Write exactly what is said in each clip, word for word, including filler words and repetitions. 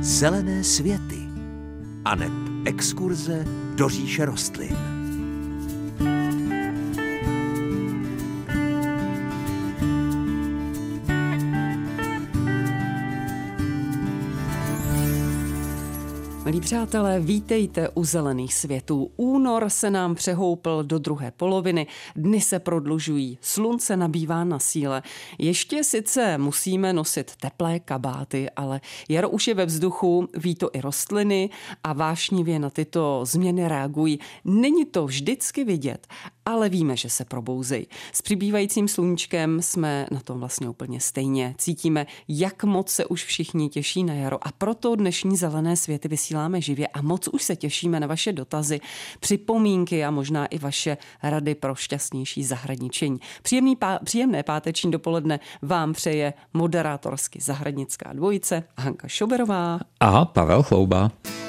Zelené světy aneb exkurze do říše rostlin. Milí přátelé, vítejte u Zelených světů. Únor se nám přehoupl do druhé poloviny, dny se prodlužují, slunce nabývá na síle. Ještě sice musíme nosit teplé kabáty, ale jaro už je ve vzduchu, ví to i rostliny a vášnivě na tyto změny reagují. Není to vždycky vidět, ale víme, že se probouzejí. S přibývajícím sluníčkem jsme na tom vlastně úplně stejně. Cítíme, jak moc se už všichni těší na jaro a proto dnešní Zelené světy vysíláme živě a moc už se těšíme na vaše dotazy, připomínky a možná i vaše rady pro šťastnější zahradničení. Příjemný pá- příjemné páteční dopoledne vám přeje moderátorsky zahradnická dvojice Hanka Šoberová a Pavel Chlouba.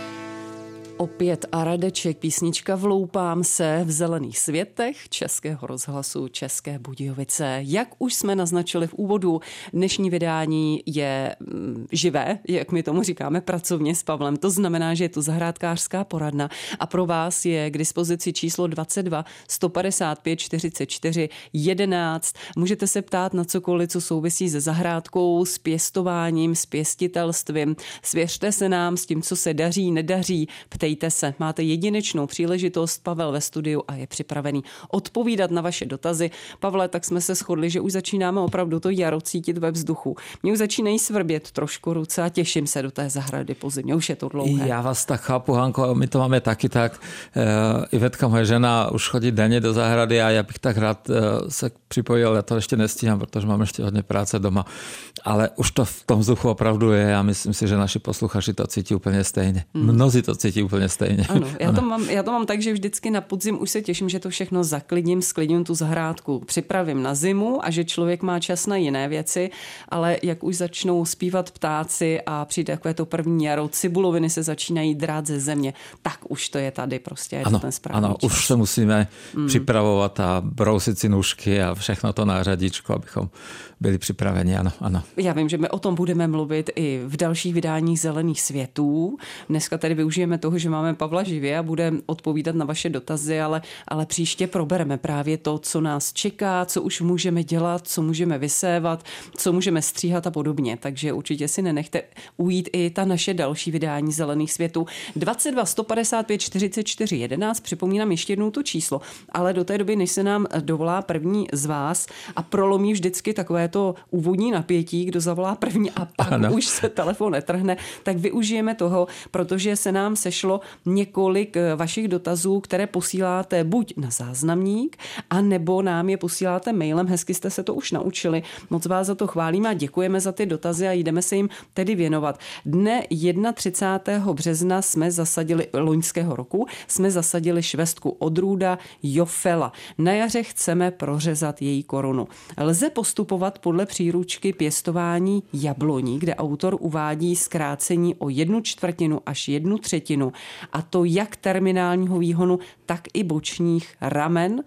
Opět a Radeček, písnička Vloupám se v Zelených světech Českého rozhlasu České Budějovice. Jak už jsme naznačili v úvodu, dnešní vydání je mm, živé, jak my tomu říkáme pracovně s Pavlem. To znamená, že je tu zahrádkářská poradna a pro vás je k dispozici číslo dvacet dva sto padesát pět čtyřicet čtyři jedenáct. Můžete se ptát na cokoliv, co souvisí se zahrádkou, s pěstováním, s pěstitelstvím. Svěřte se nám s tím, co se daří, nedaří. Ptejte se, máte jedinečnou příležitost, Pavel ve studiu a je připravený odpovídat na vaše dotazy. Pavle, tak jsme se shodli, že už začínáme opravdu to jaro cítit ve vzduchu. Mě už začínají svrbět trošku ruce a těším se do té zahrady po zimě. Už je to dlouhé. Já vás tak chápu, Hanko, my to máme taky tak. Ivetka, moje žena, už chodí denně do zahrady a já bych tak rád se připojil, já to ještě nestíhám, protože mám ještě hodně práce doma. Ale už to v tom vzduchu opravdu je a myslím si, že naši posluchači to cítí úplně stejně. Hmm. Mnozí to cítí úplně stejně. Ano, já, ano. To mám, já to mám tak, že vždycky na podzim už se těším, že to všechno zaklidím, sklidím tu zahrádku, připravím na zimu a že člověk má čas na jiné věci, ale jak už začnou zpívat ptáci a přijde takové to první jaro, cibuloviny se začínají drát ze země, tak už to je tady prostě. Je ano, to ten správný ano, čas. Už se musíme mm. připravovat a brousit si nůžky a všechno to na řadičku, abychom byli připraveni, ano, ano. Já vím, že my o tom budeme mluvit i v dalších vydáních Zelených světů. Dneska tady využijeme toho, že máme Pavla živě a bude odpovídat na vaše dotazy, ale, ale příště probereme právě to, co nás čeká, co už můžeme dělat, co můžeme vysévat, co můžeme stříhat a podobně. Takže určitě si nenechte ujít i ta naše další vydání Zelených světů. dvacet dva sto padesát pět čtyřicet čtyři jedenáct, připomínám ještě jednou to číslo, ale do té doby, než se nám dovolá první z vás a prolomí vždycky takové to úvodní napětí, kdo zavolá první a pak ano. Už se telefon netrhne, tak využijeme toho, protože se nám sešlo několik vašich dotazů, které posíláte buď na záznamník, a nebo nám je posíláte mailem. Hezky jste se to už naučili. Moc vás za to chválíme a děkujeme za ty dotazy a jdeme se jim tedy věnovat. Dne třicátého prvního března jsme zasadili, loňského roku, jsme zasadili švestku odrůda Jofela. Na jaře chceme prořezat její korunu. Lze postupovat podle příručky pěstování jabloní, kde autor uvádí zkrácení o jednu čtvrtinu až jednu třetinu, a to jak terminálního výhonu, tak i bočních ramen.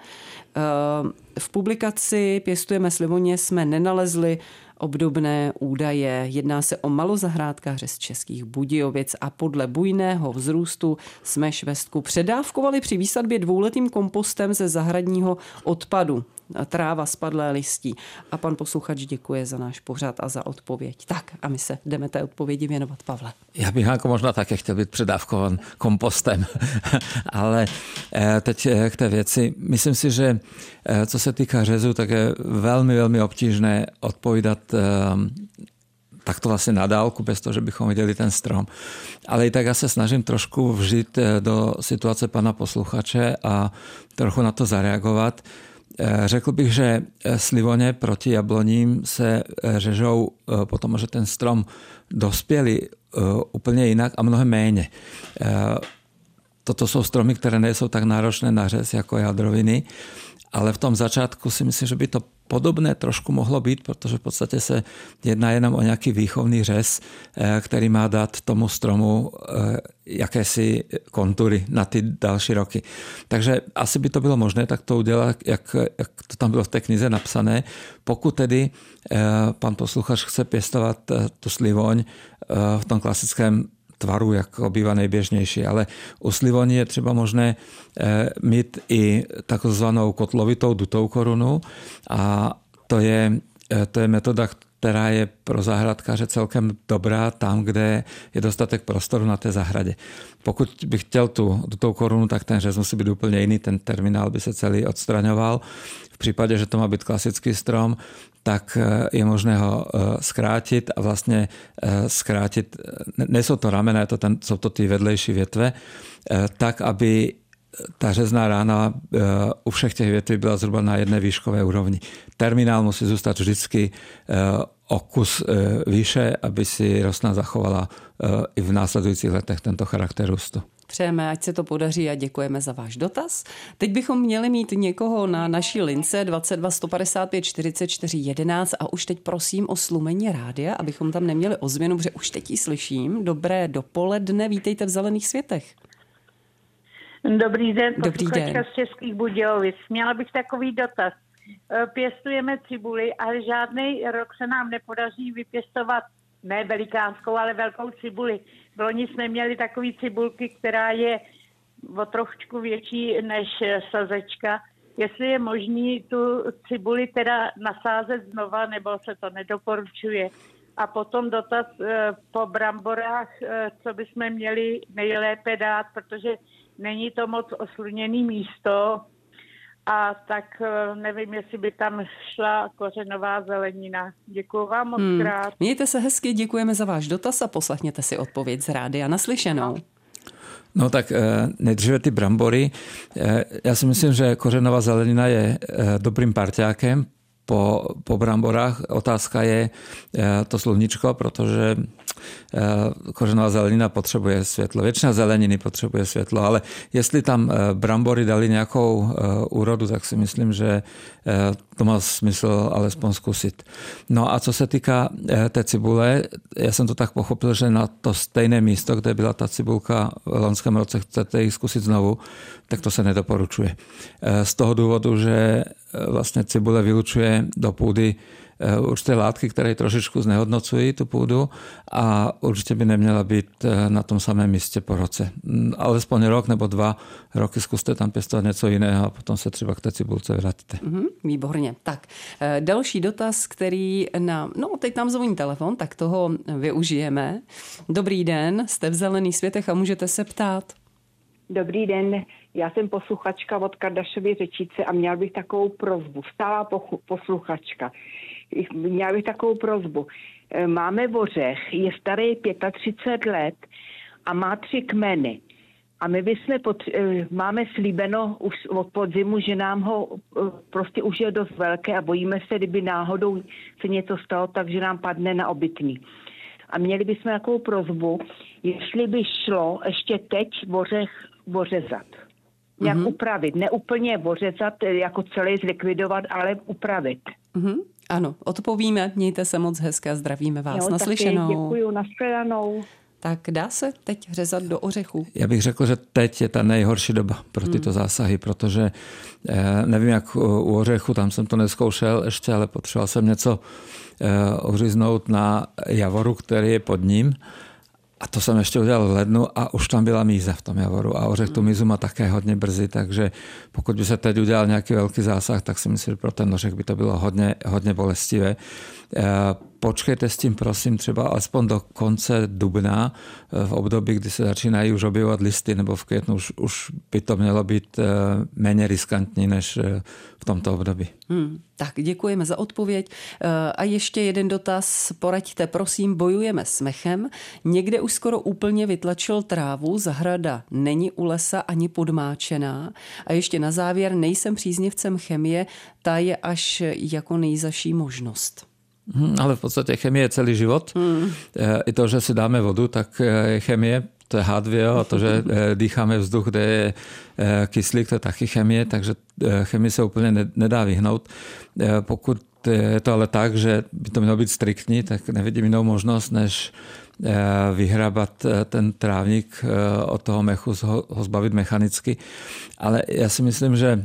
V publikaci Pěstujeme Slivoně jsme nenalezli obdobné údaje. Jedná se o malozahrádkáře z Českých Budějovic a podle bujného vzrůstu jsme švestku předávkovali při výsadbě dvouletým kompostem ze zahradního odpadu. Tráva, spadlé listí. A pan posluchač děkuje za náš pořad a za odpověď. Tak a my se jdeme té odpovědi věnovat, Pavle. Já bych jako možná také chtěl být předávkovan kompostem, ale teď k té věci. Myslím si, že co se týká řezu, tak je velmi, velmi obtížné odpovídat takto vlastně na dálku, bez toho, že bychom viděli ten strom. Ale i tak já se snažím trošku vžít do situace pana posluchače a trochu na to zareagovat. Řekl bych, že slivoně proti jabloním se řežou potom, že ten strom dospělý úplně jinak a mnohem méně. Toto jsou stromy, které nejsou tak náročné na řez jako jadroviny, ale v tom začátku si myslím, že by to podobné trošku mohlo být, protože v podstatě se jedná jenom o nějaký výchovný řez, který má dát tomu stromu jakési kontury na ty další roky. Takže asi by to bylo možné tak to udělat, jak, jak to tam bylo v té knize napsané. Pokud tedy pan posluchač chce pěstovat tu slivoň v tom klasickém tvaru, jako bývá nejběžnější. Ale u slivoní je třeba možné mít i takzvanou kotlovitou dutou korunu a to je, to je metoda, která je pro zahradkáře celkem dobrá tam, kde je dostatek prostoru na té zahradě. Pokud bych chtěl tu dutou korunu, tak ten řez musí být úplně jiný, ten terminál by se celý odstraňoval. V případě, že to má být klasický strom, tak je možné ho zkrátit a vlastně zkrátit, nejsou to ramena, je to ten, jsou to ty vedlejší větve, tak, aby ta řezná rána u všech těch větví byla zhruba na jedné výškové úrovni. Terminál musí zůstat vždycky o kus výše, aby si rostlina zachovala i v následujících letech tento charakter růstu. Přejeme, ať se to podaří a děkujeme za váš dotaz. Teď bychom měli mít někoho na naší lince dvacet dva sto padesát pět čtyřicet čtyři jedenáct a už teď prosím o slumení rádia, abychom tam neměli ozvěnu, protože už teď ji slyším. Dobré dopoledne, vítejte v Zelených světech. Dobrý den, Dobrý den. z Českých Budějovic. Měla bych takový dotaz. Pěstujeme cibuli, ale žádný rok se nám nepodaří vypěstovat ne velikánskou, ale velkou cibuli. V loni jsme měli takový cibulky, která je o trošku větší než sazečka. Jestli je možný tu cibuli teda nasázet znova, nebo se to nedoporučuje. A potom dotaz po bramborách, co bychom měli nejlépe dát, protože není to moc osluněný místo a tak nevím, jestli by tam šla kořenová zelenina. Děkuju vám moc hmm. krát. Mějte se hezky, děkujeme za váš dotaz a poslechněte si odpověď z rádia. Naslyšenou. No tak nejdříve ty brambory. Já si myslím, že kořenová zelenina je dobrým parťákem po, po bramborách. Otázka je to sluníčko, protože kořenová zelenina potřebuje světlo. Většina zeleniny potřebuje světlo, ale jestli tam brambory dali nějakou úrodu, tak si myslím, že to má smysl alespoň zkusit. No a co se týká té cibule, já jsem to tak pochopil, že na to stejné místo, kde byla ta cibulka v loňském roce, chcete ji zkusit znovu, tak to se nedoporučuje. Z toho důvodu, že vlastně cibule vylučuje do půdy určité látky, které trošičku znehodnocují tu půdu a určitě by neměla být na tom samém místě po roce. Alespoň rok nebo dva roky zkuste tam pěstovat něco jiného a potom se třeba k té cibulce vrátíte. Mm-hmm, výborně. Tak, další dotaz, který nám, no teď nám zvoní telefon, tak toho využijeme. Dobrý den, jste v Zelených světech a můžete se ptát. Dobrý den, já jsem posluchačka od Kardašovy Řečice a měla bych takovou prosbu, stálá posluchačka. Měla bych takovou prosbu. Máme ořech, je starý třicet pět let a má tři kmeny. A my bychom potře- máme slíbeno už od podzimu, že nám ho prostě už je dost velké a bojíme se, kdyby náhodou se něco stalo, takže nám padne na obytný. A měli bychom takovou prosbu, jestli by šlo ještě teď ořech ořezat. Jak mm-hmm. upravit. Ne úplně ořezat, jako celý zlikvidovat, ale upravit. Mm-hmm. Ano, odpovíme. Mějte se moc hezké a zdravíme vás. Jo, naslyšenou. Děkuju, nashledanou. Tak dá se teď řezat do ořechu? Já bych řekl, že teď je ta nejhorší doba pro tyto hmm. zásahy, protože eh, nevím, jak u ořechu, tam jsem to nezkoušel ještě, ale potřeboval jsem něco eh, oříznout na javoru, který je pod ním. A to jsem ještě udělal v lednu a už tam byla míza v tom javoru. A ořech tu mízu má také hodně brzy, takže pokud by se teď udělal nějaký velký zásah, tak si myslím, že pro ten ořech by to bylo hodně, hodně bolestivé. Počkejte s tím, prosím, třeba alespoň do konce dubna, v období, kdy se začínají už objevovat listy, nebo v květnu už, už by to mělo být méně riskantní než v tomto období. Hmm, tak děkujeme za odpověď. A ještě jeden dotaz. Poraďte, prosím, bojujeme s mechem. Někde už skoro úplně vytlačil trávu, zahrada není u lesa ani podmáčená. A ještě na závěr, nejsem příznivcem chemie, ta je až jako nejzaší možnost. Hmm, ale v podstatě chemie je celý život. Hmm. I to, že si dáme vodu, tak je chemie, to je há dvě ó, a to, že dýcháme vzduch, kde je kyslík, to je taky chemie, takže chemii se úplně nedá vyhnout. Pokud je to ale tak, že by to mělo být striktní, tak nevidím jinou možnost, než vyhrabat ten trávník od toho mechu, ho zbavit mechanicky. Ale já si myslím, že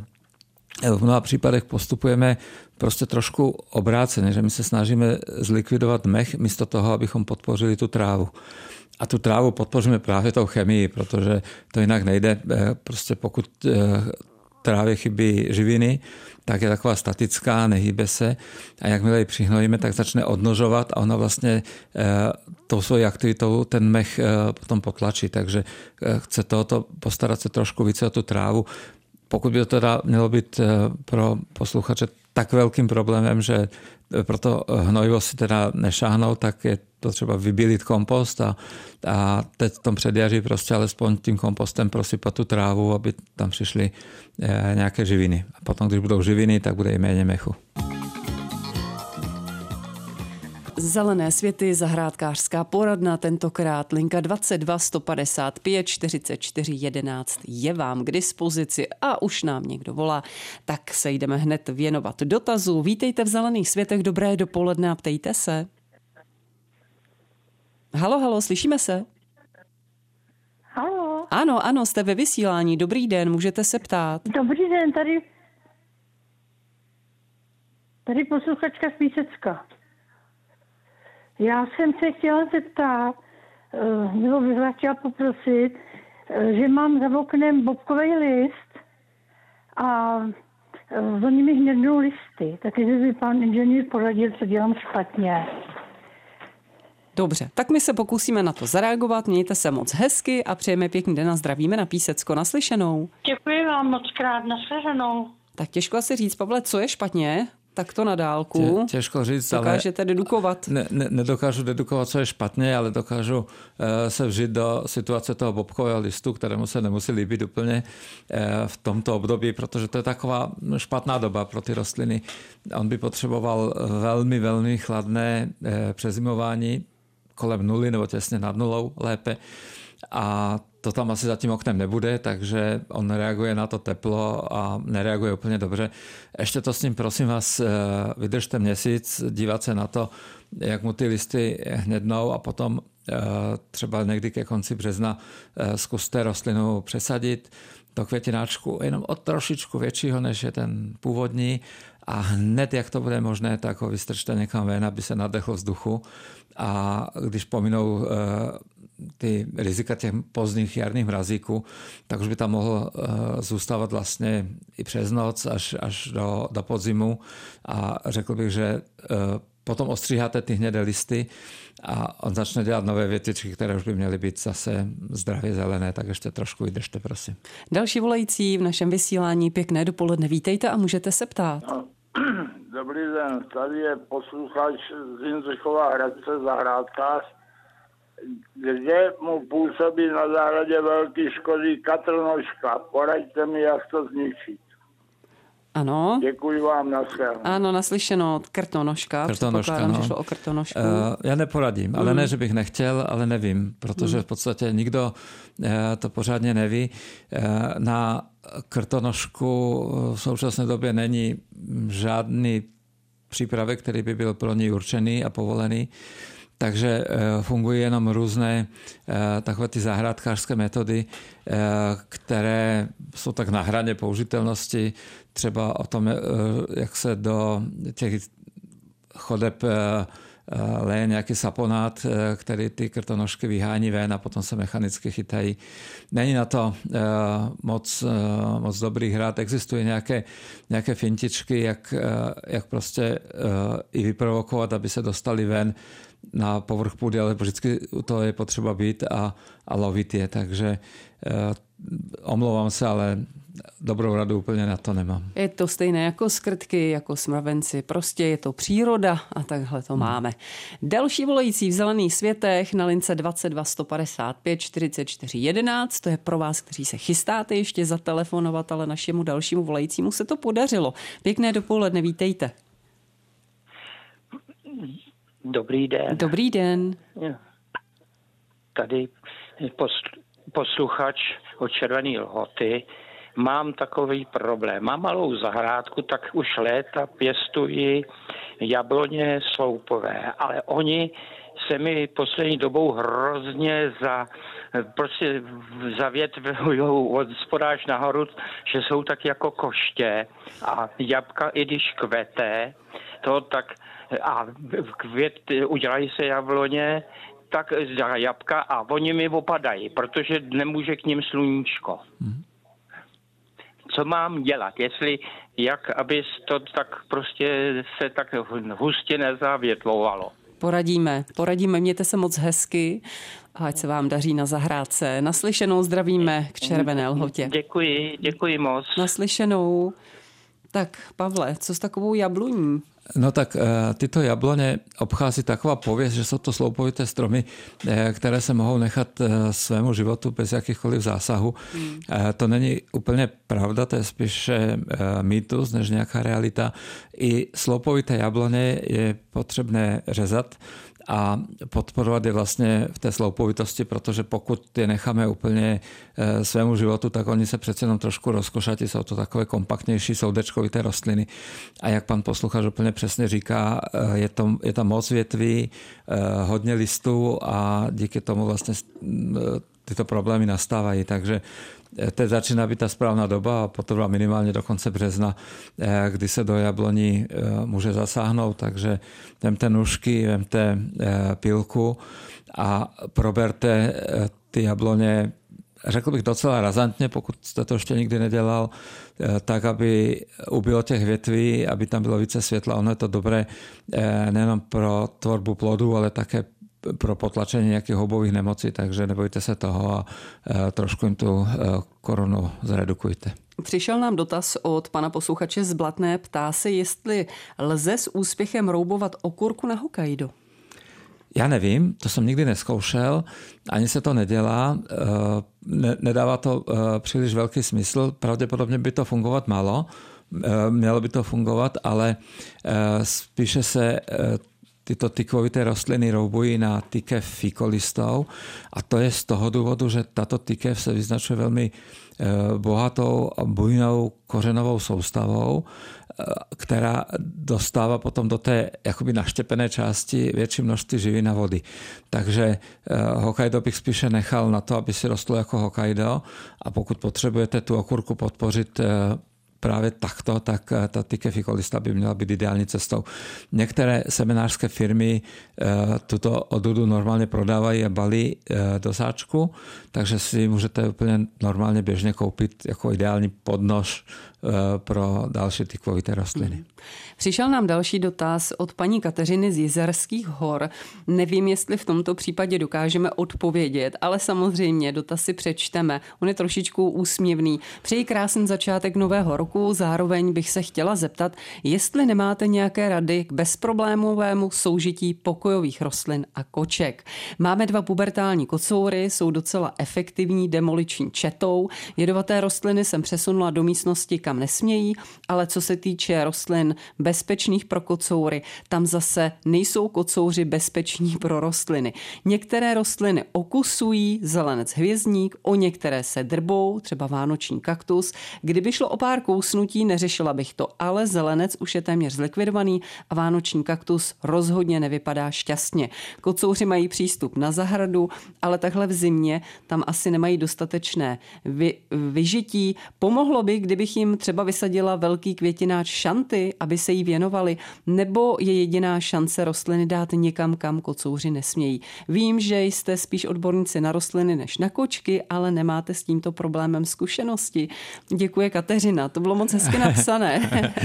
v mnoha případech postupujeme prostě trošku obráceně, že my se snažíme zlikvidovat mech místo toho, abychom podpořili tu trávu. A tu trávu podpoříme právě tou chemií, protože to jinak nejde. Prostě pokud trávě chybí živiny, tak je taková statická, nehýbe se a jakmile ji přihnojíme, tak začne odnožovat a ona vlastně tou svojí aktivitou ten mech potom potlačí. Takže chce tohoto postarat se trošku více o tu trávu. Pokud by to teda mělo být pro posluchače tak velkým problémem, že proto hnojivo si teda nešáhnou, tak je to třeba vybílit kompost a, a teď v tom předjaří prostě alespoň tím kompostem prosypat tu trávu, aby tam přišly nějaké živiny. A potom, když budou živiny, tak bude i méně mechu. Zelené světy, zahrádkářská poradna, tentokrát linka dvacet dva sto padesát pět čtyřicet čtyři jedenáct je vám k dispozici a už nám někdo volá, tak se jdeme hned věnovat dotazu. Vítejte v Zelených světech, dobré dopoledne a ptejte se. Halo, halo, slyšíme se? Halo. Ano, ano, jste ve vysílání, dobrý den, můžete se ptát. Dobrý den, tady, tady posluchačka z Písecka. Já jsem se chtěla zeptat, nebo bych vás chtěla poprosit, že mám za oknem bobkový list a za nimi hnědnou listy. Takže by pan inženýr poradil, co dělám špatně. Dobře, tak my se pokusíme na to zareagovat. Mějte se moc hezky a přejeme pěkný den a zdravíme na Písecko. Naslyšenou. Děkuji vám moc krát, naslyšenou. Tak těžko asi říct, Pavle, co je špatně? Tak to na dálku. Tě, těžko říct, dokážete ale dedukovat? Ne, ne, nedokážu dedukovat, co je špatně, ale dokážu uh, se vžít do situace toho bobkového listu, kterému se nemusí líbit úplně uh, v tomto období, protože to je taková špatná doba pro ty rostliny. On by potřeboval velmi, velmi chladné uh, přezimování, kolem nuly nebo těsně nad nulou lépe. A to tam asi za tím oknem nebude, takže on reaguje na to teplo a nereaguje úplně dobře. Ještě to s ním, prosím vás, vydržte měsíc, dívat se na to, jak mu ty listy hnednou a potom třeba někdy ke konci března zkuste rostlinu přesadit do květináčku jenom o trošičku většího, než je ten původní a hned, jak to bude možné, tak ho vystrčte někam ven, aby se nadechl vzduchu a když pominou ty rizika těch pozdních jarních mrazíků, tak už by tam mohl zůstávat vlastně i přes noc až, až do, do podzimu a řekl bych, že potom ostříháte ty hnědé listy a on začne dělat nové větičky, které už by měly být zase zdravě zelené, tak ještě trošku vydržte, prosím. Další volající v našem vysílání, pěkné dopoledne, vítejte a můžete se ptát. No, dobrý den, tady je posluchač z Jindřichova Hradce, zahrádkář, kde mu působí na zahradě velký škody katrnožka. Poraďte mi, jak to zničit. Ano. Děkuji vám, nashledanou. Ano, naslyšeno, krtonožka. Krtonožka, no. Že šlo o krtonožku. Uh, já neporadím, ale mm. ne, že bych nechtěl, ale nevím, protože mm. v podstatě nikdo uh, to pořádně neví. Uh, na krtonožku v současné době není žádný přípravek, který by byl pro ní určený a povolený. Takže fungují jenom různé takové ty zahrádkářské metody, které jsou tak na hraně použitelnosti, třeba o tom, jak se do těch chodeb leje nějaký saponát, který ty krtonožky vyhání ven a potom se mechanicky chytají. Není na to moc, moc dobrý hrad. Existují nějaké, nějaké fintičky, jak, jak prostě i vyprovokovat, aby se dostali ven na povrch půdy, ale vždycky to je potřeba být a, a lovit je. Takže omlouvám se, ale dobrou radu úplně na to nemám. Je to stejné jako skrtky, jako smravenci. Prostě je to příroda a takhle to hmm. máme. Další volající v Zelených světech na lince dvacet dva sto padesát pět čtyřicet čtyři jedenáct. To je pro vás, kteří se chystáte ještě zatelefonovat, ale našemu dalšímu volajícímu se to podařilo. Pěkné dopoledne, vítejte. Dobrý den. Dobrý den. Tady posluchač od Červené Lhoty. Mám takový problém. Mám malou zahrádku, tak už léta pěstuji jabloně sloupové, ale oni se mi poslední dobou hrozně za, prostě zavětvujou od spoda až nahoru, že jsou tak jako koště a jabka, i když kvete, to tak a květ, udělají se jabloně, tak za jabka a oni mi opadají, protože nemůže k ním sluníčko. Hmm. Co mám dělat? Jestli, jak, aby to tak prostě se tak hustě nezavětlovalo. Poradíme, poradíme, mějte se moc hezky a ať se vám daří na zahrádce. Naslyšenou zdravíme k Červené Lhotě. Děkuji, děkuji moc. Naslyšenou. Tak Pavle, co s takovou jabloní? No tak e, tyto jablone obchází taková pověst, že jsou to sloupovité stromy, e, které se mohou nechat e, svému životu bez jakýchkoliv zásahu. Hmm. E, to není úplně pravda, to je spíše e, mýtus než nějaká realita. I sloupovité jablone je potřebné řezat a podporovat je vlastně v té sloupovitosti, protože pokud je necháme úplně svému životu, tak oni se přece jenom trošku rozkošatí, jsou to takové kompaktnější soudečkovité rostliny. A jak pan posluchač úplně přesně říká, je, to, je tam moc větví, hodně listů a díky tomu vlastně tyto problémy nastávají. Takže teď začíná být ta správná doba a potrvá minimálně do konce března, kdy se do jabloní může zasáhnout, takže vemte nůžky, vemte pilku a proberte ty jabloně, řekl bych docela razantně, pokud jste to ještě nikdy nedělal, tak, aby ubylo těch větví, aby tam bylo více světla. Ono je to dobré nejenom pro tvorbu plodů, ale také pro potlačení nějakých houbových nemocí, takže nebojte se toho a trošku jim tu korunu zredukujte. Přišel nám dotaz od pana posluchače z Blatné, ptá se, jestli lze s úspěchem roubovat okurku na Hokkaido. Já nevím, to jsem nikdy neskoušel, ani se to nedělá, nedává to příliš velký smysl, pravděpodobně by to fungovat malo, mělo by to fungovat, ale spíše se tyto tykvovité rostliny roubují na tykev fikolistov a to je z toho důvodu, že tato tykev se vyznačuje velmi bohatou a bujnou kořenovou soustavou, která dostává potom do té jakoby naštěpené části větší množství živin a vody. Takže Hokkaido bych spíše nechal na to, aby si rostlo jako Hokkaido a pokud potřebujete tu okurku podpořit právě takto, tak ta tykev fikolista by měla být ideální cestou. Některé seminářské firmy tuto odrůdu normálně prodávají a balí do sáčku, takže si můžete úplně normálně běžně koupit jako ideální podnož pro další tykvovité rostliny. Přišel nám další dotaz od paní Kateřiny z Jizerských hor. Nevím, jestli v tomto případě dokážeme odpovědět, ale samozřejmě dotaz si přečteme. On je trošičku úsměvný. Přeji krásný začátek nového roku, zároveň bych se chtěla zeptat, jestli nemáte nějaké rady k bezproblémovému soužití pokojových rostlin a koček. Máme dva pubertální kocoury, jsou docela efektivní demoliční četou. Jedovaté rostliny jsem přesunula do místnosti, kam nesmějí, ale co se týče rostlin bezpečných pro kocoury, tam zase nejsou kocouři bezpeční pro rostliny. Některé rostliny okusují, zelenec hvězdník, o některé se drbou, třeba vánoční kaktus. Kdyby šlo o pár kousnutí, neřešila bych to, ale zelenec už je téměř zlikvidovaný a vánoční kaktus rozhodně nevypadá šťastně. Kocouři mají přístup na zahradu, ale takhle v zimě tam asi nemají dostatečné vy, vyžití. Pomohlo by, kdybych jim třeba vysadila velký květináč šanty, aby se jí věnovali, nebo je jediná šance rostliny dát někam, kam kocouři nesmějí. Vím, že jste spíš odborníci na rostliny než na kočky, ale nemáte s tímto problémem zkušenosti. Děkuje Kateřina, to bylo moc hezky napsané.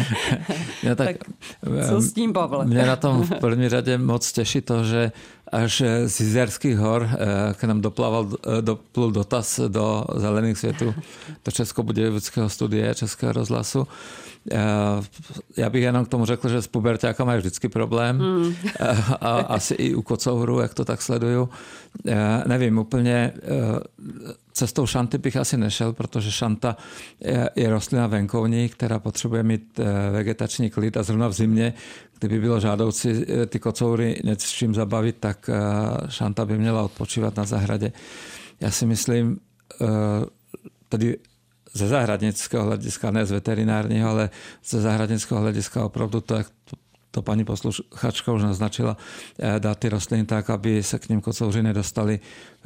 Ja, tak, tak co s tím, Pavle? Mě na tom v první řadě moc těší to, že až z Jizerských hor k nám doplaval, doplul dotaz do Zelených světů, do Českobudějovického studia Českého rozhlasu. Já bych jenom k tomu řekl, že s puberťákama je vždycky problém. Mm. A asi i u kocouhrů, jak to tak sleduju. Nevím, úplně cestou šanty bych asi nešel, protože šanta je rostlina venkovní, která potřebuje mít vegetační klid a zrovna v zimě, kdyby bylo žádoucí ty kocoury něčím zabavit, tak šanta by měla odpočívat na zahradě. Já si myslím, tedy ze zahradnického hlediska, ne z veterinárního, ale ze zahradnického hlediska opravdu to, jak to, to paní posluchačka už naznačila, dát ty rostliny tak, aby se k ním kocouři nedostali.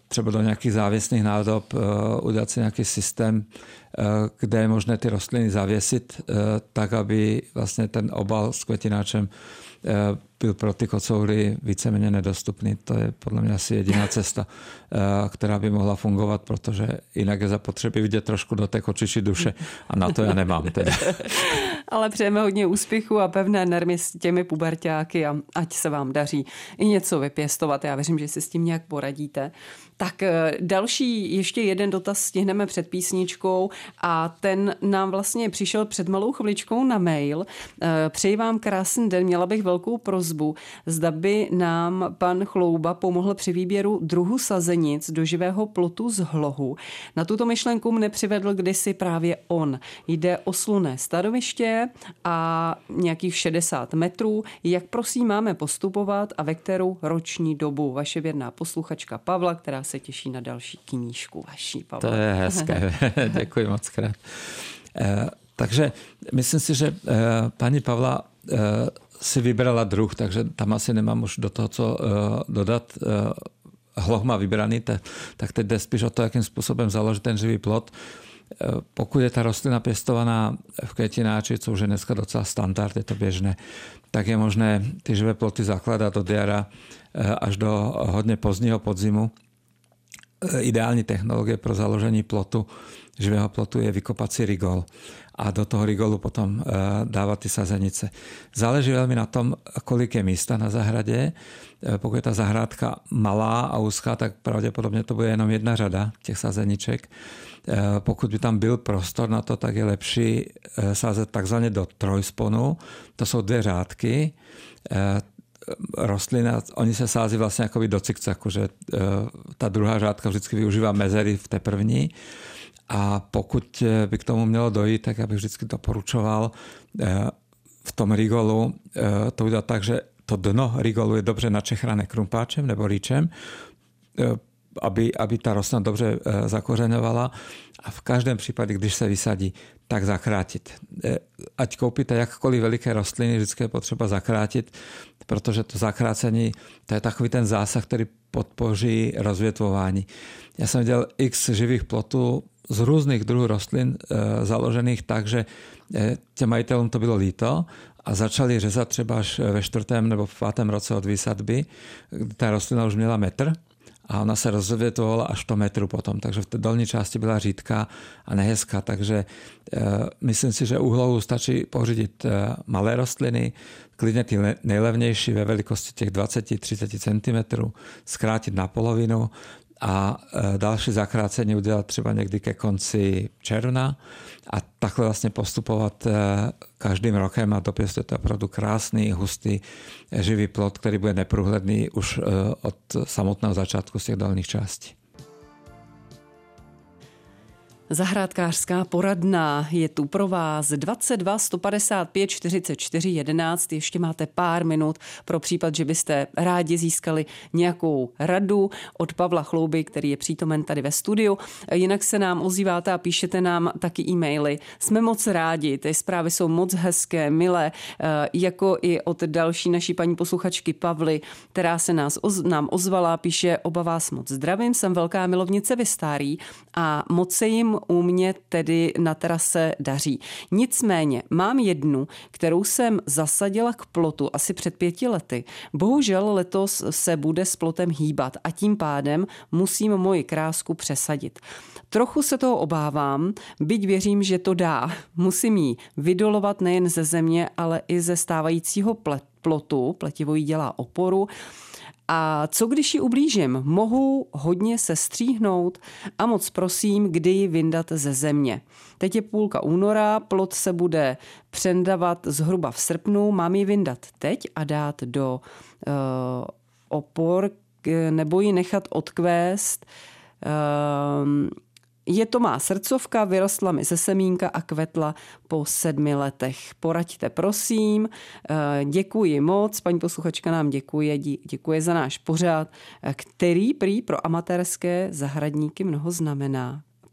třeba do nějakých závěsných nádob udělat si nějaký systém, kde je možné ty rostliny zavěsit, tak, aby vlastně ten obal s květináčem byl pro ty kocoury víceméně nedostupný. To je podle mě asi jediná cesta, která by mohla fungovat, protože jinak je zapotřebí vidět trošku do té kočičí duše a na to já nemám tedy. Ale přejeme hodně úspěchu a pevné nervy s těmi puberťáky a ať se vám daří i něco vypěstovat. Já věřím, že si s tím nějak poradíte. Tak další, ještě jeden dotaz stihneme před písničkou a ten nám vlastně přišel před malou chviličkou na mail. Přeji vám krásný den, měla bych velkou prosbu, zda by nám pan Chlouba pomohl při výběru druhu sazenic do živého plotu z hlohu. Na tuto myšlenku mne přivedl kdysi právě on. Jde o slunné stanoviště a nějakých šedesát metrů. Jak prosím máme postupovat a ve kterou roční dobu? Vaše věrná posluchačka Pavla, která se těší na další knížku vaší, Pavla. To je hezké. Děkuji moc krát. E, takže myslím si, že e, paní Pavla e, si vybrala druh, takže tam asi nemám už do toho, co e, dodat. E, hloh má vybraný, te, tak teď jde spíš o to, jakým způsobem založit ten živý plot. E, pokud je ta rostlina pěstovaná v květináči, co už je dneska docela standard, je to běžné, tak je možné ty živé ploty zakládat od jara e, až do hodně pozdního podzimu. Ideální technologie pro založení plotu, živého plotu je vykopat si rigol a do toho rigolu potom dávat ty sazenice. Záleží velmi na tom, kolik je místa na zahradě. Pokud je ta zahrádka malá a úzká, tak pravděpodobně to bude jenom jedna řada těch sazeniček. Pokud by tam byl prostor na to, tak je lepší sázet takzvaně do trojsponu. To jsou dvě řádky. Rostlina, oni se sází vlastně jakoby do cikcaku, že ta druhá řádka vždycky využívá mezery v té první a pokud by k tomu mělo dojít, tak já bych vždycky doporučoval v tom rigolu to udělat tak, že to dno rigolu je dobře načechrané krumpáčem nebo rýčem, aby, aby ta rostlina dobře zakořeňovala a v každém případě, když se vysadí, tak zakrátit. Ať koupíte jakkoliv veliké rostliny, vždycky je potřeba zakrátit, protože to zakrácení, to je takový ten zásah, který podpoří rozvětvování. Já jsem viděl x živých plotů z různých druhů rostlin e, založených tak, že e, těm majitelům to bylo líto a začali řezat třeba až ve čtvrtém nebo v pátém roce od výsadby, kdy ta rostlina už měla metr a ona se rozvětvovala až do metru potom, takže v té dolní části byla řídká a nehezká, takže e, myslím si, že u hlohu stačí pořídit e, malé rostliny, klidně ty nejlevnější ve velikosti těch dvacet až třicet centimetrů, zkrátit na polovinu a e, další zakrácení udělat třeba někdy ke konci června a takhle vlastně postupovat e, každým rokem a dopěstujete opravdu krásný, hustý, živý plot, který bude neprůhledný už e, od samotného začátku z těch dolních částí. Zahrádkářská poradna je tu pro vás dvacet dva sto padesát pět čtyřicet čtyři jedenáct. Ještě máte pár minut pro případ, že byste rádi získali nějakou radu od Pavla Chlouby, který je přítomen tady ve studiu. Jinak se nám ozýváte a píšete nám taky e-maily. Jsme moc rádi, ty zprávy jsou moc hezké, milé, jako i od další naší paní posluchačky Pavly, která se nás, nám ozvala, píše: oba vás moc zdravím, jsem velká milovnice Vystárí a moc se jim u mě tedy na terase daří. Nicméně mám jednu, kterou jsem zasadila k plotu asi před pěti lety. Bohužel letos se bude s plotem hýbat a tím pádem musím moji krásku přesadit. Trochu se toho obávám, byť věřím, že to dá. Musím ji vydolovat nejen ze země, ale i ze stávajícího plotu. Pletivo jí dělá oporu. A co když ji ublížím? Mohu hodně se stříhnout a moc prosím, kdy ji vyndat ze země. Teď je půlka února, plot se bude přendavat zhruba v srpnu. Mám ji vyndat teď a dát do uh, opor nebo ji nechat odkvést. Uh, Je to má srdcovka, vyrostla mi ze semínka a kvetla po sedmi letech. Poraďte, prosím. Děkuji moc. Paní posluchačka nám děkuje, děkuje za náš pořad, který prý pro amatérské zahradníky mnoho znamená.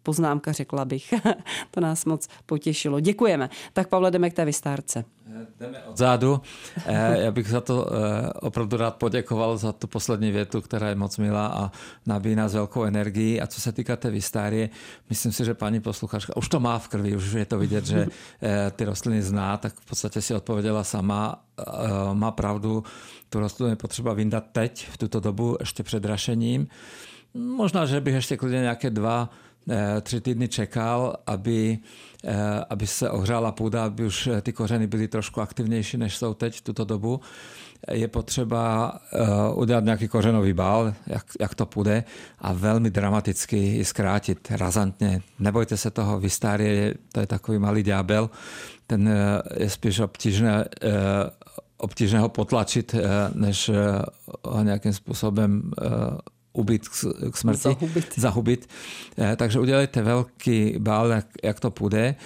poznámka, řekla bych. To nás moc potěšilo. Děkujeme. Tak Pavle, jdeme k té vystárce. Jdeme odzadu. Já bych za to opravdu rád poděkoval za tu poslední větu, která je moc milá a nabíjí nás velkou energií. A co se týká té vystárie, myslím si, že paní posluchačka už to má v krvi, už je to vidět, že ty rostliny zná, tak v podstatě si odpověděla sama. Má pravdu, tu rostlinu je potřeba vyndat teď, v tuto dobu, ještě před rašením. Možná, že bych ještě klidně nějaké dva tři týdny čekal, aby, aby se ohřála půda, aby už ty kořeny byly trošku aktivnější, než jsou teď v tuto dobu. Je potřeba udělat nějaký kořenový bál, jak, jak to půjde, a velmi dramaticky ji zkrátit, razantně. Nebojte se toho, vystárie, to je takový malý ďábel, ten je spíš obtížné, obtížné ho potlačit, než ho nějakým způsobem ubít k smrti, zahubit. zahubit. Takže udělejte velký bál, jak, jak to půjde.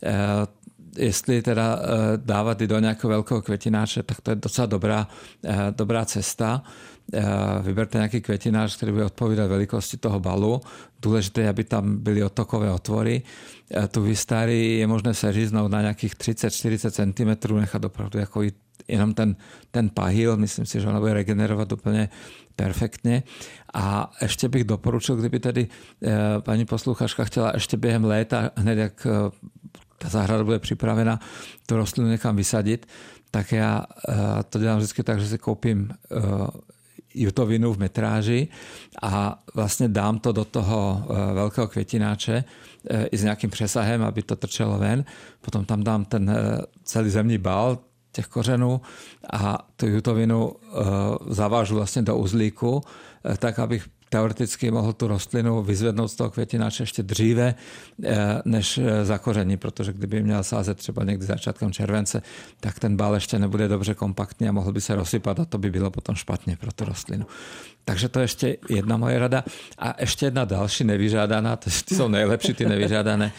Jestli teda dávat i do nějakého velkého květináče, tak to je docela dobrá, dobrá cesta. Vyberte nějaký květináč, který bude odpovídat velikosti toho balu. Důležité je, aby tam byly odtokové otvory. Tu vystárii je možné seříznout na nějakých třicet čtyřicet centimetrů, nechat opravdu jako jenom ten, ten pahýl. Myslím si, že ona bude regenerovat úplně perfektně. A ještě bych doporučil, kdyby tedy paní posluchačka chtěla ještě během léta, hned jak ta zahrada bude připravena, tu rostlinu někam vysadit, tak já to dělám vždycky tak, že si koupím jutovinu v metráži a vlastně dám to do toho velkého květináče i s nějakým přesahem, aby to trčelo ven. Potom tam dám ten celý zemní bal těch kořenů a tu jutovinu zavážu vlastně do uzlíku, tak abych teoreticky mohl tu rostlinu vyzvednout z toho květináče ještě dříve, než zakoření, protože kdyby měl sázet třeba někdy začátkem července, tak ten bál ještě nebude dobře kompaktní a mohl by se rozsypat a to by bylo potom špatně pro tu rostlinu. Takže to je ještě jedna moje rada. A ještě jedna další nevyžádaná, to jsou nejlepší ty nevyžádané.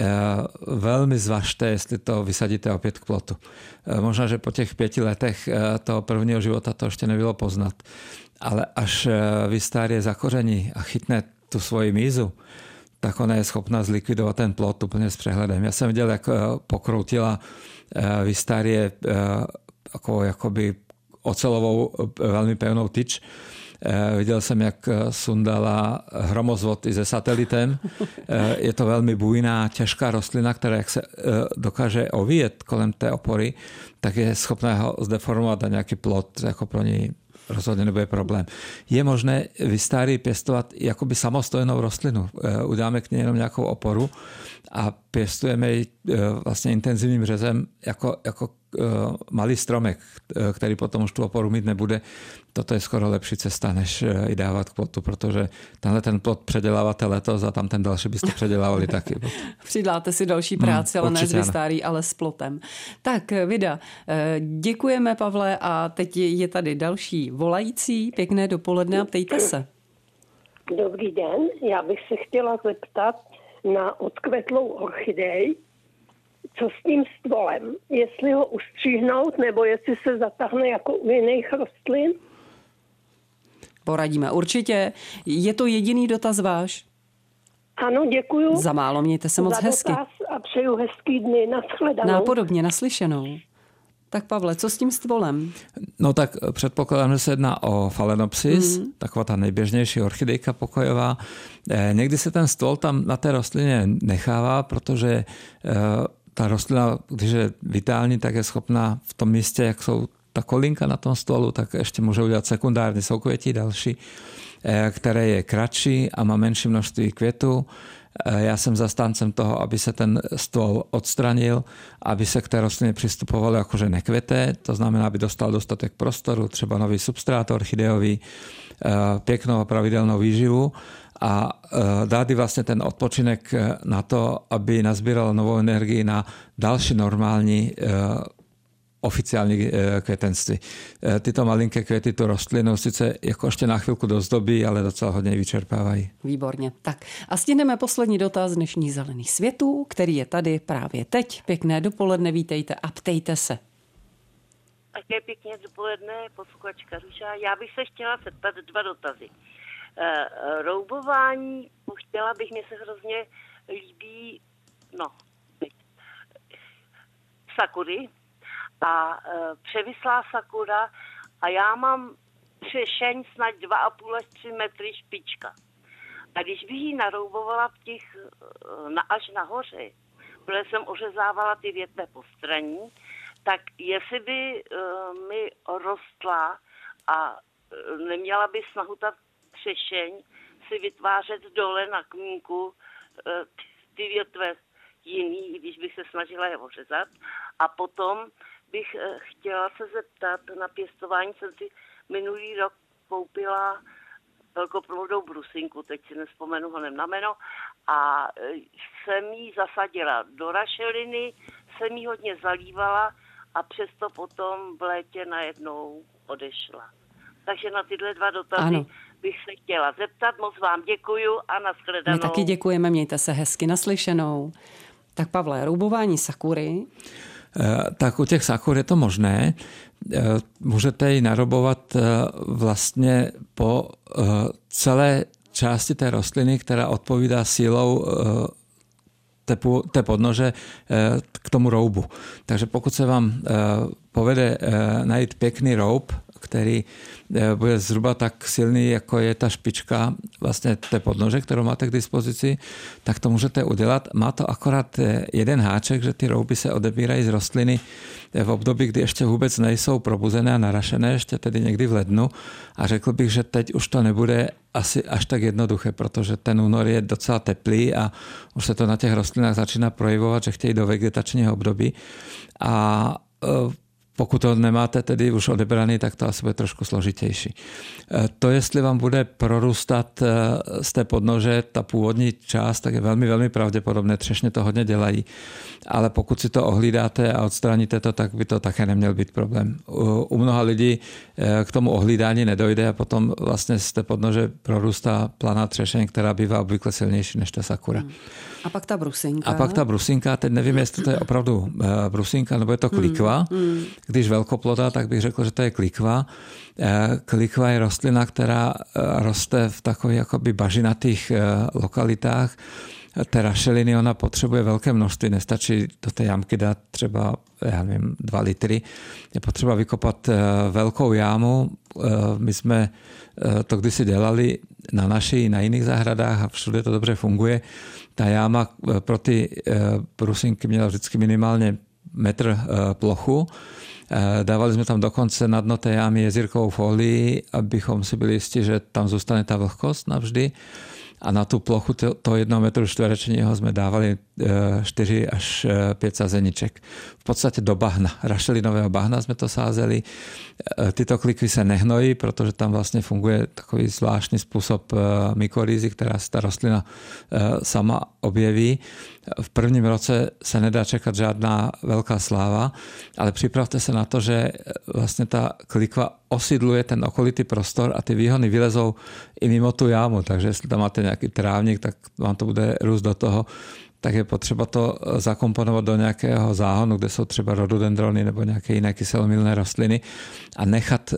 Velmi zvažte, jestli to vysadíte opět k plotu. Možná, že po těch pěti letech toho prvního života to ještě nebylo poznat. Ale až vystárie zakoření a chytne tu svoji mízu, tak ona je schopná zlikvidovat ten plot úplně s přehledem. Já jsem viděl, jak pokroutila vystárie jako, jakoby ocelovou velmi pevnou tyč. Viděl jsem, jak sundala hromozvod i se satelitem. Je to velmi bujná, těžká rostlina, která jak se dokáže ovíjet kolem té opory, tak je schopná ho zdeformovat a nějaký plot jako pro ní rozhodně nebude problém. Je možné vystárii pěstovat jakoby samostojnou rostlinu. Uděláme k ní jenom nějakou oporu a pěstujeme ji vlastně intenzivním řezem jako, jako malý stromek, který potom už tu oporu mít nebude. Toto je skoro lepší cesta, než ji dávat k plotu, protože tenhle ten plot předěláváte letos a tam ten další byste předělávali taky. Přidáte si další práci, hmm, ale ne s vystárí, ale s plotem. Tak, Vida, děkujeme, Pavle, a teď je tady další volající. Pěkné dopoledne a ptejte se. Dobrý den, já bych se chtěla zeptat na odkvetlou orchidej, co s tím stvolem, jestli ho ustříhnout, nebo jestli se zatáhne jako u jiných rostlin? Poradíme určitě. Je to jediný dotaz váš? Ano, děkuju. Za málo, mějte se moc za hezky. dotaz a přeju hezký dny. Nashledanou. Nápodobně, naslyšenou. Tak Pavle, co s tím stvolem? No tak předpokládám, že se jedná o Phalaenopsis, mm. taková ta nejběžnější orchidejka pokojová. E, někdy se ten stůl tam na té rostlině nechává, protože e, ta rostlina, když je vitální, tak je schopná v tom místě, jak jsou ta kolínka na tom stolu, tak ještě může udělat sekundární soukvětí další, e, které je kratší a má menší množství květů. Já jsem zastáncem toho, aby se ten stôl odstranil, aby se k té rostlině přistupovalo jakože nekvete, to znamená, aby dostal dostatek prostoru, třeba nový substrát orchideový, pěknou a pravidelnou výživu a dát vlastně ten odpočinek na to, aby nazbíral novou energii na další normální oficiální květenství. Tyto malinké květy tu rostlinu sice jako ještě na chvilku dozdobí, ale docela hodně vyčerpávají. Výborně. Tak a stihneme poslední dotaz dnešních zelených světů, který je tady právě teď. Pěkné dopoledne, vítejte a ptejte se. Také pěkně dopoledne, posluchačka Ruža. Já bych se chtěla zeptat dva dotazy. E, roubování, chtěla bych, mě se hrozně líbí, no, sakury a e, převislá sakura a já mám třešeň snad dva a půl až tři metry špička. A když bych ji naroubovala v těch, na, až nahoře, protože jsem ořezávala ty větve postraní, tak jestli by uh, mi rostla a uh, neměla by snahu ta třešeň si vytvářet dole na kmínku uh, ty větve jiný, když bych se snažila je ořezat. A potom bych uh, chtěla se zeptat, na pěstování jsem si minulý rok koupila velkoplodou brusinku, teď si nespomenu honem na jméno, a jsem jí zasadila do rašeliny, jsem jí hodně zalívala a přesto potom v létě najednou odešla. Takže na tyhle dva dotazy ano. bych se chtěla zeptat. Moc vám děkuju a nashledanou. My taky děkujeme, mějte se hezky, naslyšenou. Tak Pavle, roubování sakury. Tak u těch sakur je to možné. Můžete ji narobovat vlastně po celé části té rostliny, která odpovídá sílou té podnože k tomu roubu. Takže pokud se vám povede najít pěkný roub, který bude zhruba tak silný, jako je ta špička vlastně té podnože, kterou máte k dispozici, tak to můžete udělat. Má to akorát jeden háček, že ty rouby se odebírají z rostliny v období, kdy ještě vůbec nejsou probuzené a narašené, ještě tedy někdy v lednu. A řekl bych, že teď už to nebude asi až tak jednoduché, protože ten únor je docela teplý a už se to na těch rostlinách začíná projevovat, že chtějí do vegetačního období. A pokud to nemáte tedy už odebraný, tak to asi bude trošku složitější. To, jestli vám bude prorůstat z té podnože ta původní část, tak je velmi, velmi pravděpodobné. Třešně to hodně dělají. Ale pokud si to ohlídáte a odstraníte to, tak by to také neměl být problém. U mnoha lidí k tomu ohlídání nedojde a potom vlastně z té podnože prorůstá planá třešeň, která bývá obvykle silnější než ta sakura. Hmm. A pak ta brusinka. A pak ta brusinka, teď nevím, jestli to je opravdu brusinka, nebo je to klikva. Hmm. Když velkoplodá, tak bych řekl, že to je klikva. Klikva je rostlina, která roste v takových jakoby bažinatých lokalitách. Té rašeliny ona potřebuje velké množství, nestačí do té jamky dát třeba, já nevím, dva litry. Je potřeba vykopat velkou jámu. My jsme to kdysi dělali na naší, na jiných zahradách a všude to dobře funguje. Ta jáma pro ty brusinky měla vždycky minimálně metr plochu. Dávali jsme tam dokonce na dno té jámy jezírkovou folii, abychom si byli jistí, že tam zůstane ta vlhkost navždy. A na tu plochu toho jednoho metru čtverečního jsme dávali čtyři až pět sazeniček. V podstatě do bahna, rašelinového bahna jsme to sázeli. Tyto klikvy se nehnojí, protože tam vlastně funguje takový zvláštní způsob mykorýzy, která se ta rostlina sama objeví. V prvním roce se nedá čekat žádná velká sláva, ale připravte se na to, že vlastně ta klikva osidluje ten okolitý prostor a ty výhony vylezou i mimo tu jámu, takže jestli tam máte nějaký trávník, tak vám to bude růst do toho, tak je potřeba to zakomponovat do nějakého záhonu, kde jsou třeba rododendrony nebo nějaké jiné kyselomilné rostliny a nechat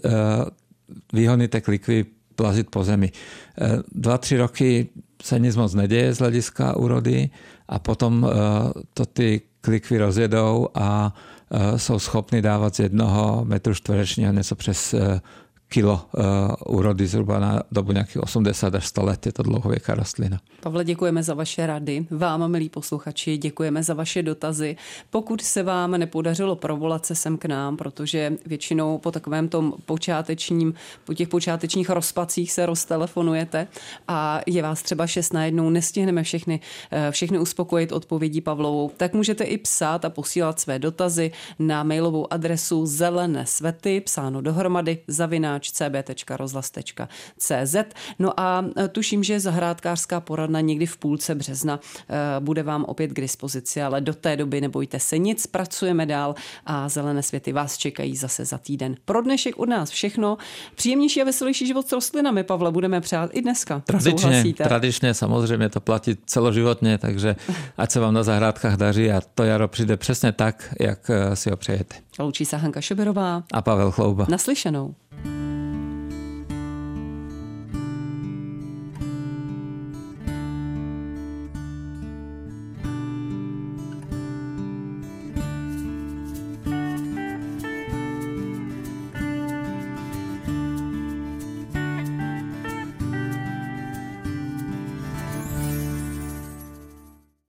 výhony té klikvy plazit po zemi. Dva, tři roky se nic moc neděje z hlediska úrody a potom to ty klikvy rozjedou a jsou schopny dávat z jednoho metru čtverečního něco přes kilo úrody zhruba na dobu nějakých osmdesát až sto let. Je to dlouhověká rostlina. Pavle, děkujeme za vaše rady. Vám, milí posluchači, děkujeme za vaše dotazy. Pokud se vám nepodařilo provolat se sem k nám, protože většinou po takovém tom počátečním, po těch počátečních rozpacích se roztelefonujete a je vás třeba šest najednou, nestihneme všechny, všechny uspokojit odpovědí Pavlovou, tak můžete i psát a posílat své dotazy na mailovou adresu zelené svety, psáno dohromady, zavináč c b tečka rozhlas tečka c z. No a tuším, že zahrádkářská poradna někdy v půlce března bude vám opět k dispozici, ale do té doby nebojte se nic, pracujeme dál a Zelené světy vás čekají zase za týden. Pro dnešek od nás všechno. Příjemnější a veselější život s rostlinami, Pavle, budeme přát i dneska. Tradičně, tradičně samozřejmě to platí celoživotně, takže ať se vám na zahrádkách daří a to jaro přijde přesně tak, jak si ho přejete. Loučí se Hanka Šoberová a Pavel Chlouba. Naslyšenou.